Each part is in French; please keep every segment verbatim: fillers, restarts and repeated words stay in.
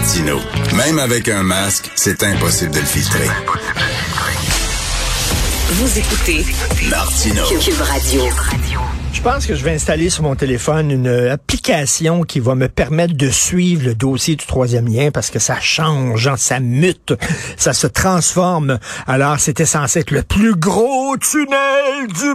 Martineau. Même avec un masque, c'est impossible de le filtrer. Vous écoutez Martineau. Cube Radio. Je pense que je vais installer sur mon téléphone une application qui va me permettre de suivre le dossier du troisième lien parce que ça change, ça mute, ça se transforme. Alors, c'était censé être le plus gros tunnel du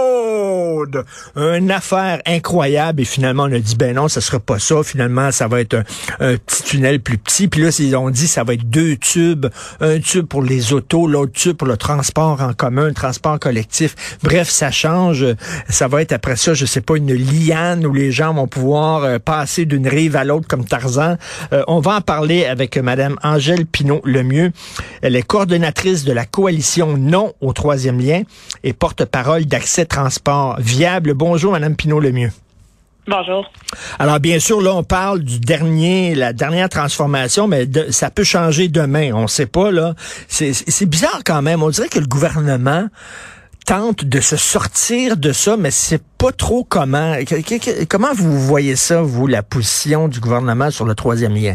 monde. Une affaire incroyable et finalement, on a dit, ben non, ça sera pas ça. Finalement, ça va être un, un petit tunnel plus petit. Puis là, ils ont dit, ça va être deux tubes. Un tube pour les autos, l'autre tube pour le transport en commun, le transport collectif. Bref, ça change. Ça va être après ça, je sais pas, une liane où les gens vont pouvoir euh, passer d'une rive à l'autre comme Tarzan. Euh, on va en parler avec euh, Madame Angèle Pineau-Lemieux. Elle est coordonnatrice de la coalition Non au troisième lien et porte-parole d'Accès Transport Viable. Bonjour, Madame Pineau-Lemieux. Bonjour. Alors, bien sûr, là, on parle du dernier, la dernière transformation, mais de, ça peut changer demain. On sait pas, là. C'est, c'est bizarre quand même. On dirait que le gouvernement tente de se sortir de ça, mais c'est pas trop comment. Comment vous voyez ça, vous, la position du gouvernement sur le troisième lien?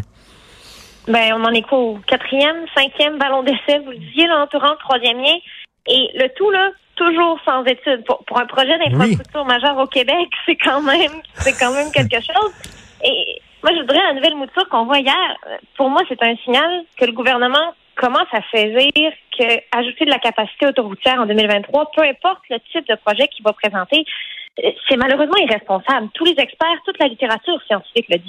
Ben, on en est quoi au quatrième, cinquième ballon d'essai, vous le disiez, l'entourant le troisième lien. Et le tout, là, toujours sans études. Pour, pour un projet d'infrastructure oui. majeure au Québec, c'est quand même, c'est quand même quelque chose. Et moi, je voudrais la nouvelle mouture qu'on voit hier. Pour moi, c'est un signal que le gouvernement commence à saisir que ajouter de la capacité autoroutière en deux mille vingt-trois, peu importe le type de projet qu'il va présenter, c'est malheureusement irresponsable. Tous les experts, toute la littérature scientifique le dit.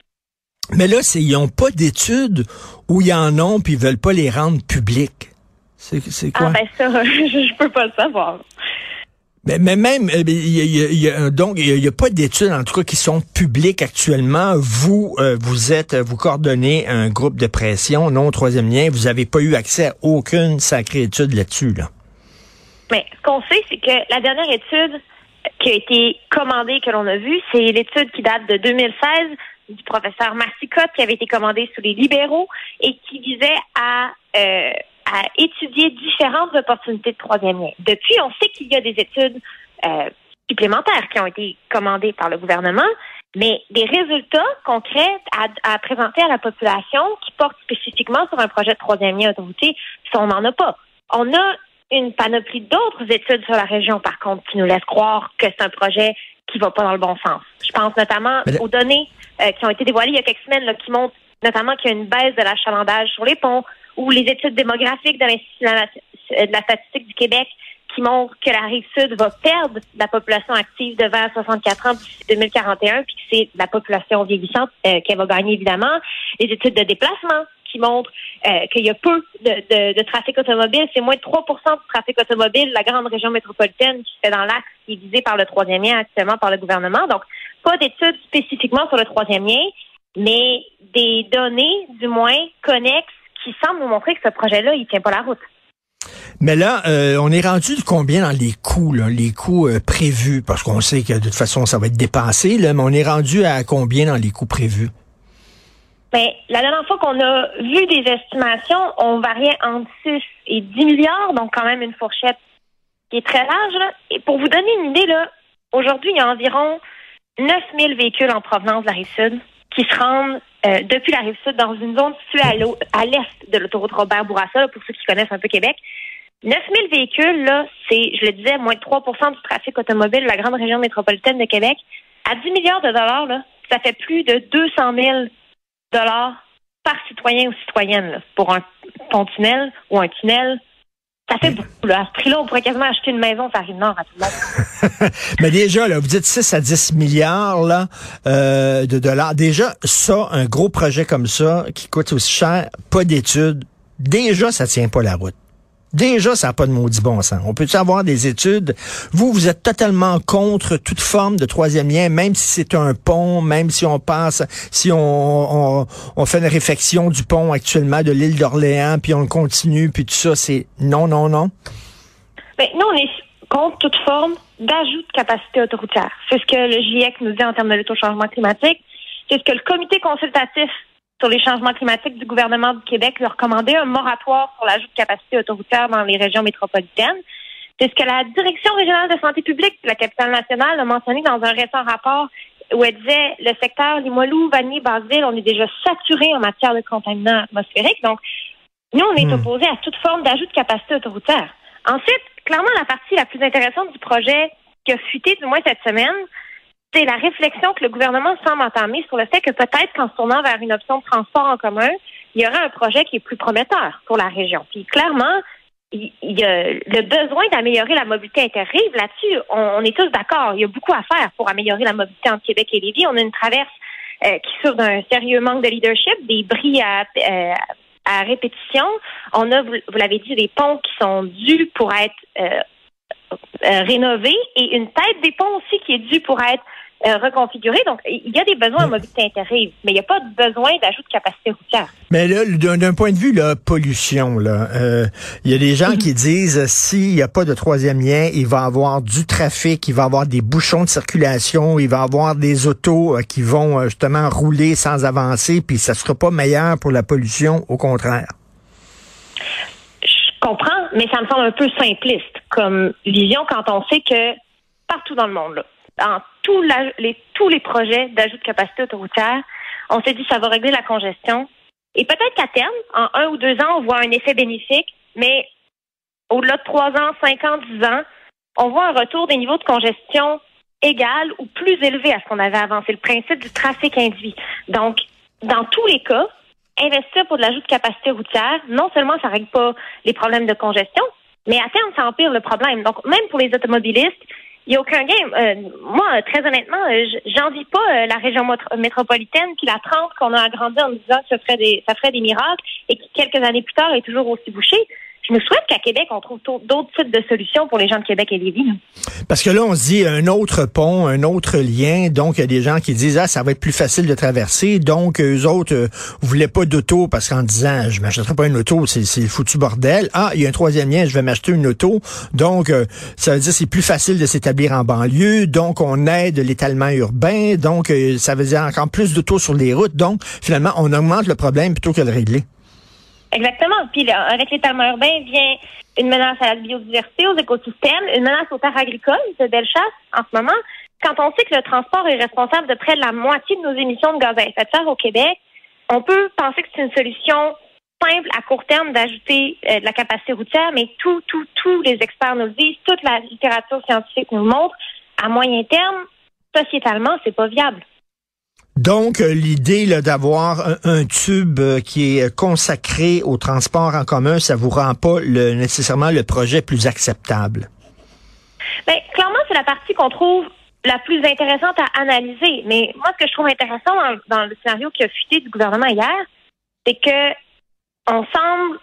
Mais là, c'est, ils n'ont pas d'études où ils en ont puis ils veulent pas les rendre publiques. C'est, c'est quoi? Ah ben ça, je, je peux pas le savoir. Mais, mais même, il y a, y a, y a, donc, il n'y a, a pas d'études, en tout cas, qui sont publiques actuellement. Vous, euh, vous êtes, vous coordonnez un groupe de pression, non au troisième lien. Vous n'avez pas eu accès à aucune sacrée étude là-dessus, là. Mais ce qu'on sait, c'est que la dernière étude qui a été commandée, que l'on a vue, c'est l'étude qui date de deux mille seize du professeur Massicotte, qui avait été commandée sous les libéraux et qui visait à... Euh, à étudier différentes opportunités de troisième lien. Depuis, on sait qu'il y a des études euh, supplémentaires qui ont été commandées par le gouvernement, mais des résultats concrets à, à présenter à la population qui portent spécifiquement sur un projet de troisième lien autoroutier, ça, on n'en a pas. On a une panoplie d'autres études sur la région, par contre, qui nous laissent croire que c'est un projet qui va pas dans le bon sens. Je pense notamment aux données euh, qui ont été dévoilées il y a quelques semaines, là, qui montrent notamment qu'il y a une baisse de l'achalandage sur les ponts, ou les études démographiques de l'Institut de la statistique du Québec qui montrent que la Rive-Sud va perdre la population active de vingt à soixante-quatre ans d'ici deux mille quarante et un, puis que c'est la population vieillissante euh, qu'elle va gagner, évidemment. Les études de déplacement qui montrent euh, qu'il y a peu de, de, de trafic automobile. C'est moins de trois pour cent du trafic automobile, la grande région métropolitaine qui se fait dans l'axe, qui est visée par le troisième lien actuellement par le gouvernement. Donc, pas d'études spécifiquement sur le troisième lien, mais des données, du moins, connexes, qui semble nous montrer que ce projet-là, il tient pas la route. Mais là, euh, on est rendu de combien dans les coûts, là, les coûts euh, prévus? Parce qu'on sait que de toute façon, ça va être dépensé, là, mais on est rendu à combien dans les coûts prévus? Ben, la dernière fois qu'on a vu des estimations, on variait entre six et dix milliards, donc quand même une fourchette qui est très large, là. Et pour vous donner une idée, là, aujourd'hui, il y a environ neuf mille véhicules en provenance de la Rive-Sud qui se rendent euh, depuis la Rive-Sud dans une zone située à, l'eau, à l'est de l'autoroute Robert-Bourassa, là, pour ceux qui connaissent un peu Québec. neuf mille véhicules, là, c'est, je le disais, moins de trois pour cent du trafic automobile de la grande région métropolitaine de Québec. À dix milliards de dollars, là, ça fait plus de deux cent mille dollars par citoyen ou citoyenne là, pour un pont-tunnel ou un tunnel. Ça fait beaucoup, là. À ce prix-là, on pourrait quasiment acheter une maison sur la Rive-Nord à tout le monde. Mais déjà, là, vous dites six à dix milliards là, euh, de dollars. Déjà, ça, un gros projet comme ça, qui coûte aussi cher, pas d'études, déjà, ça tient pas la route. Déjà, ça n'a pas de maudit bon sens. On peut-tu avoir des études? Vous, vous êtes totalement contre toute forme de troisième lien, même si c'est un pont, même si on passe, si on, on, on fait une réfection du pont actuellement de l'île d'Orléans, puis on continue, puis tout ça, c'est non, non, non? Ben, nous, on est contre toute forme d'ajout de capacité autoroutière. C'est ce que le GIEC nous dit en termes de lutte au changement climatique. C'est ce que le comité consultatif sur les changements climatiques du gouvernement du Québec lui a recommandé, un moratoire sur l'ajout de capacité autoroutière dans les régions métropolitaines. C'est ce que la Direction régionale de santé publique de la capitale nationale a mentionné dans un récent rapport où elle disait le secteur Limoilou, Vanier, Basseville, on est déjà saturé en matière de contaminants atmosphériques. Donc, nous, on est mmh. opposés à toute forme d'ajout de capacité autoroutière. Ensuite, clairement, la partie la plus intéressante du projet qui a fuité du moins cette semaine, c'est la réflexion que le gouvernement semble entamer sur le fait que peut-être qu'en se tournant vers une option de transport en commun, il y aura un projet qui est plus prometteur pour la région. Puis clairement, il y a le besoin d'améliorer la mobilité interrive. Là-dessus, on, on est tous d'accord. Il y a beaucoup à faire pour améliorer la mobilité entre Québec et Lévis. On a une traverse euh, qui souffre d'un sérieux manque de leadership, des bris à, euh, à répétition. On a, vous, vous l'avez dit, des ponts qui sont dus pour être euh, euh, rénovés et une tête des ponts aussi qui est due pour être Euh, reconfiguré. Donc, il y a des besoins en mobilité interrive, mais il n'y a pas de besoin d'ajout de capacité routière. Mais là, d'un, d'un point de vue là, pollution, là, euh, il y a des gens mm-hmm. qui disent euh, s'il n'y a pas de troisième lien, il va y avoir du trafic, il va y avoir des bouchons de circulation, il va y avoir des autos euh, qui vont euh, justement rouler sans avancer, puis ça ne sera pas meilleur pour la pollution, au contraire. Je comprends, mais ça me semble un peu simpliste comme vision quand on sait que partout dans le monde, là, dans tous, la, les, tous les projets d'ajout de capacité autoroutière, on s'est dit que ça va régler la congestion. Et peut-être qu'à terme, en un ou deux ans, on voit un effet bénéfique, mais au-delà de trois ans, cinq ans, dix ans, on voit un retour des niveaux de congestion égal ou plus élevé à ce qu'on avait avant. C'est le principe du trafic induit. Donc, dans tous les cas, investir pour de l'ajout de capacité routière, non seulement ça ne règle pas les problèmes de congestion, mais à terme, ça empire le problème. Donc, même pour les automobilistes, il n'y a aucun gain. Euh, moi, très honnêtement, j'envie pas euh, la région métropolitaine qui la trente qu'on a agrandie en disant que ça ferait des, ça ferait des miracles et qui, quelques années plus tard, est toujours aussi bouchée. Je me souhaite qu'à Québec, on trouve d'autres types de solutions pour les gens de Québec et Lévis. Là. Parce que là, on se dit un autre pont, un autre lien. Donc, il y a des gens qui disent, ah, ça va être plus facile de traverser. Donc, eux autres, euh, voulaient pas d'auto parce qu'en disant, je m'achèterai pas une auto, c'est, c'est le foutu bordel. Ah, il y a un troisième lien, je vais m'acheter une auto. Donc, euh, ça veut dire que c'est plus facile de s'établir en banlieue. Donc, on aide l'étalement urbain. Donc, euh, ça veut dire encore plus d'auto sur les routes. Donc, finalement, on augmente le problème plutôt que de le régler. Exactement. Puis là, avec l'étalement urbain vient une menace à la biodiversité, aux écosystèmes, une menace aux terres agricoles de Bellechasse en ce moment. Quand on sait que le transport est responsable de près de la moitié de nos émissions de gaz à effet de serre au Québec, on peut penser que c'est une solution simple à court terme d'ajouter euh, de la capacité routière, mais tous, tous, tous les experts nous le disent, toute la littérature scientifique nous le montre, à moyen terme, sociétalement, c'est pas viable. Donc, euh, l'idée là, d'avoir un, un tube euh, qui est consacré au transport en commun, ça vous rend pas le, nécessairement le projet plus acceptable? Bien, clairement, c'est la partie qu'on trouve la plus intéressante à analyser. Mais moi, ce que je trouve intéressant dans, dans le scénario qui a fuité du gouvernement hier, c'est que on semble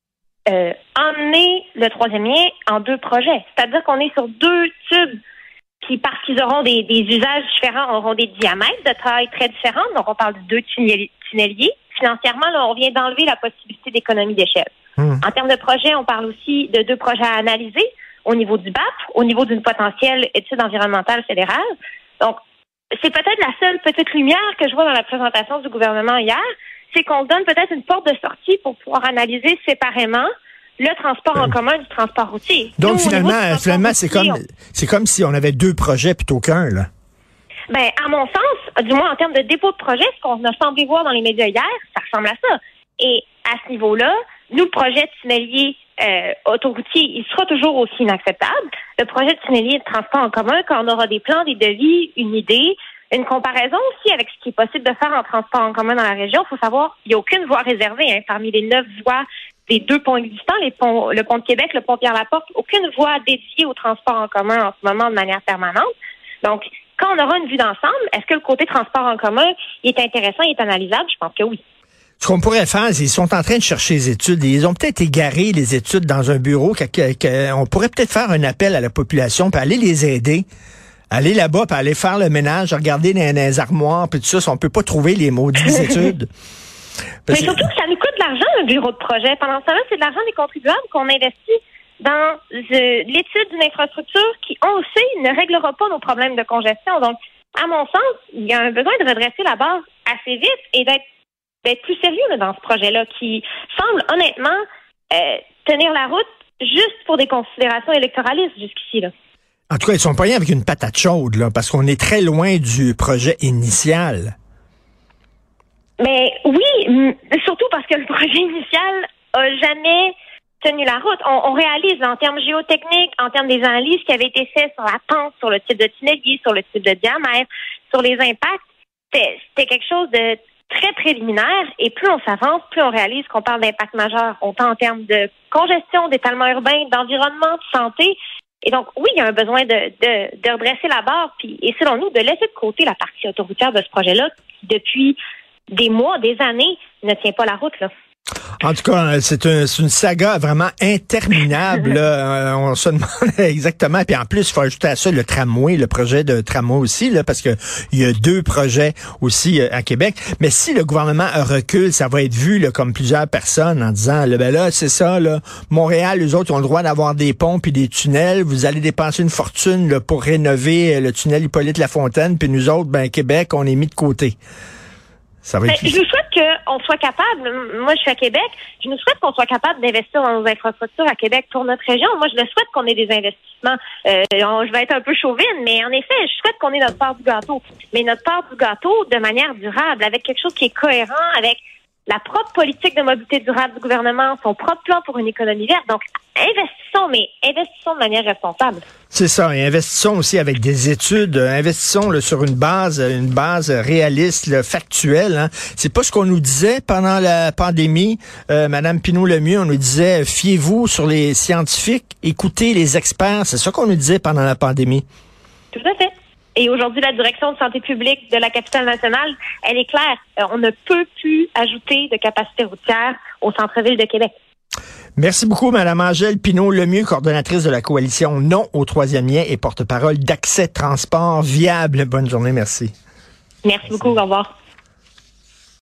euh, emmener le troisième lien en deux projets. C'est-à-dire qu'on est sur deux tubes qui, parce qu'ils auront des, des usages différents, auront des diamètres de taille très différentes. Donc, on parle de deux tunneliers. Financièrement, là, on vient d'enlever la possibilité d'économie d'échelle. Mmh. En termes de projet, on parle aussi de deux projets à analyser au niveau du B A P, au niveau d'une potentielle étude environnementale fédérale. Donc, c'est peut-être la seule petite lumière que je vois dans la présentation du gouvernement hier, c'est qu'on donne peut-être une porte de sortie pour pouvoir analyser séparément le transport en commun du transport routier. Donc, Nous, finalement, finalement, c'est comme, on... c'est comme si on avait deux projets plutôt qu'un, là. Ben, à mon sens, du moins en termes de dépôt de projet, ce qu'on a semblé voir dans les médias hier, ça ressemble à ça. Et à ce niveau-là, nous, le projet de tunnelier euh, autoroutier, il sera toujours aussi inacceptable. Le projet de tunnelier de transport en commun, quand on aura des plans, des devis, une idée, une comparaison aussi avec ce qui est possible de faire en transport en commun dans la région, il faut savoir qu'il n'y a aucune voie réservée hein, parmi les neuf voies des deux ponts existants, les ponts, le pont de Québec, le pont Pierre-Laporte, aucune voie dédiée au transport en commun en ce moment de manière permanente. Donc, quand on aura une vue d'ensemble, est-ce que le côté transport en commun il est intéressant, il est analysable? Je pense que oui. Ce qu'on pourrait faire, c'est qu'ils sont en train de chercher les études. Ils ont peut-être égaré les études dans un bureau. Que, que, que, on pourrait peut-être faire un appel à la population puis aller les aider. Aller là-bas puis aller faire le ménage, regarder dans les armoires puis tout ça. Si on peut pas trouver les maudites études. Parce Mais surtout que ça nous coûte de l'argent, un bureau de projet. Pendant ce temps-là, c'est de l'argent des contribuables qu'on investit dans euh, l'étude d'une infrastructure qui, on le sait, ne réglera pas nos problèmes de congestion. Donc, à mon sens, il y a un besoin de redresser la barre assez vite et d'être, d'être plus sérieux là, dans ce projet-là qui semble honnêtement euh, tenir la route juste pour des considérations électoralistes jusqu'ici. Là. En tout cas, ils sont pas rien avec une patate chaude, là, parce qu'on est très loin du projet initial. Mais oui, surtout parce que le projet initial a jamais tenu la route. On, on réalise là, en termes géotechniques, en termes des analyses qui avaient été faites sur la pente, sur le type de tunnelier, sur le type de diamètre, sur les impacts, c'était, c'était quelque chose de très préliminaire. Et plus on s'avance, plus on réalise qu'on parle d'impact majeur, autant en termes de congestion, d'étalement urbain, d'environnement, de santé. Et donc, oui, il y a un besoin de, de, de redresser la barre, puis, et selon nous, de laisser de côté la partie autoroutière de ce projet-là, qui depuis des mois, des années, ne tient pas la route, là. En tout cas, c'est, un, c'est une saga vraiment interminable. Là. On se demande exactement. Puis en plus, il faut ajouter à ça le tramway, le projet de tramway aussi, là, parce que il y a deux projets aussi à Québec. Mais si le gouvernement recule, ça va être vu là, comme plusieurs personnes en disant, là, ben là, c'est ça, là, Montréal, les autres ont le droit d'avoir des ponts puis des tunnels. Vous allez dépenser une fortune là, pour rénover le tunnel Hippolyte-Lafontaine, puis nous autres, ben Québec, on est mis de côté. Ça va être... Je nous souhaite qu'on soit capable, moi je suis à Québec, je nous souhaite qu'on soit capable d'investir dans nos infrastructures à Québec pour notre région. Moi je le souhaite qu'on ait des investissements. Euh, je vais être un peu chauvine, mais en effet, je souhaite qu'on ait notre part du gâteau. Mais notre part du gâteau de manière durable, avec quelque chose qui est cohérent, avec la propre politique de mobilité durable du gouvernement, son propre plan pour une économie verte. Donc, investissons, mais investissons de manière responsable. C'est ça. Et investissons aussi avec des études. Investissons là, sur une base, une base réaliste, là, factuelle. Hein. C'est pas ce qu'on nous disait pendant la pandémie. Euh, Madame Pineau-Lemieux, on nous disait, fiez-vous sur les scientifiques, écoutez les experts. C'est ça qu'on nous disait pendant la pandémie. Tout à fait. Et aujourd'hui, la direction de santé publique de la capitale nationale, elle est claire. Euh, on ne peut plus ajouter de capacité routière au centre-ville de Québec. Merci beaucoup, Mme Angèle Pineau-Lemieux, coordonnatrice de la coalition Non au troisième lien et porte-parole d'Accès Transport Viable. Bonne journée, merci. Merci, merci. beaucoup, au revoir.